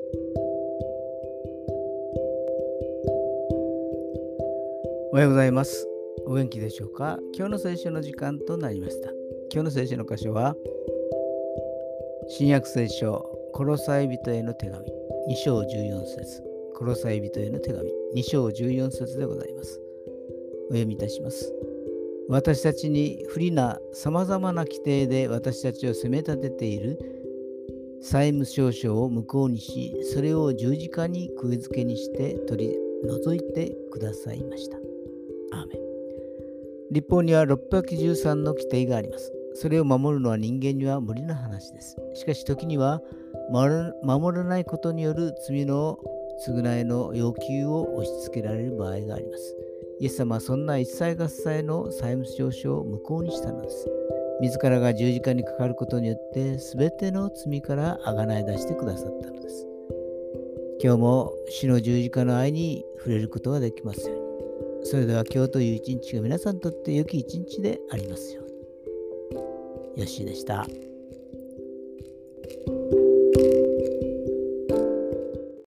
おはようございます。お元気でしょうか？今日の聖書の時間となりました。今日の聖書の箇所は、新約聖書、コロサイ人への手紙、2章14節。コロサイ人への手紙、2章14節でございます。お読みいたします。私たちに不利なさまざまな規定で私たちを責め立てている債務証書を無効にし、それを十字架に釘付けにして取り除いてくださいました。アーメン。律法には613の規定があります。それを守るのは人間には無理な話です。しかし時には守らないことによる罪の償いの要求を押し付けられる場合があります。イエス様はそんな一切合切の債務証書を無効にしたのです。自らが十字架にかかることによって全ての罪からあがない出してくださったのです。今日も主の十字架の愛に触れることができますように。それでは今日という一日が皆さんにとって良き一日でありますように。よッしーでした。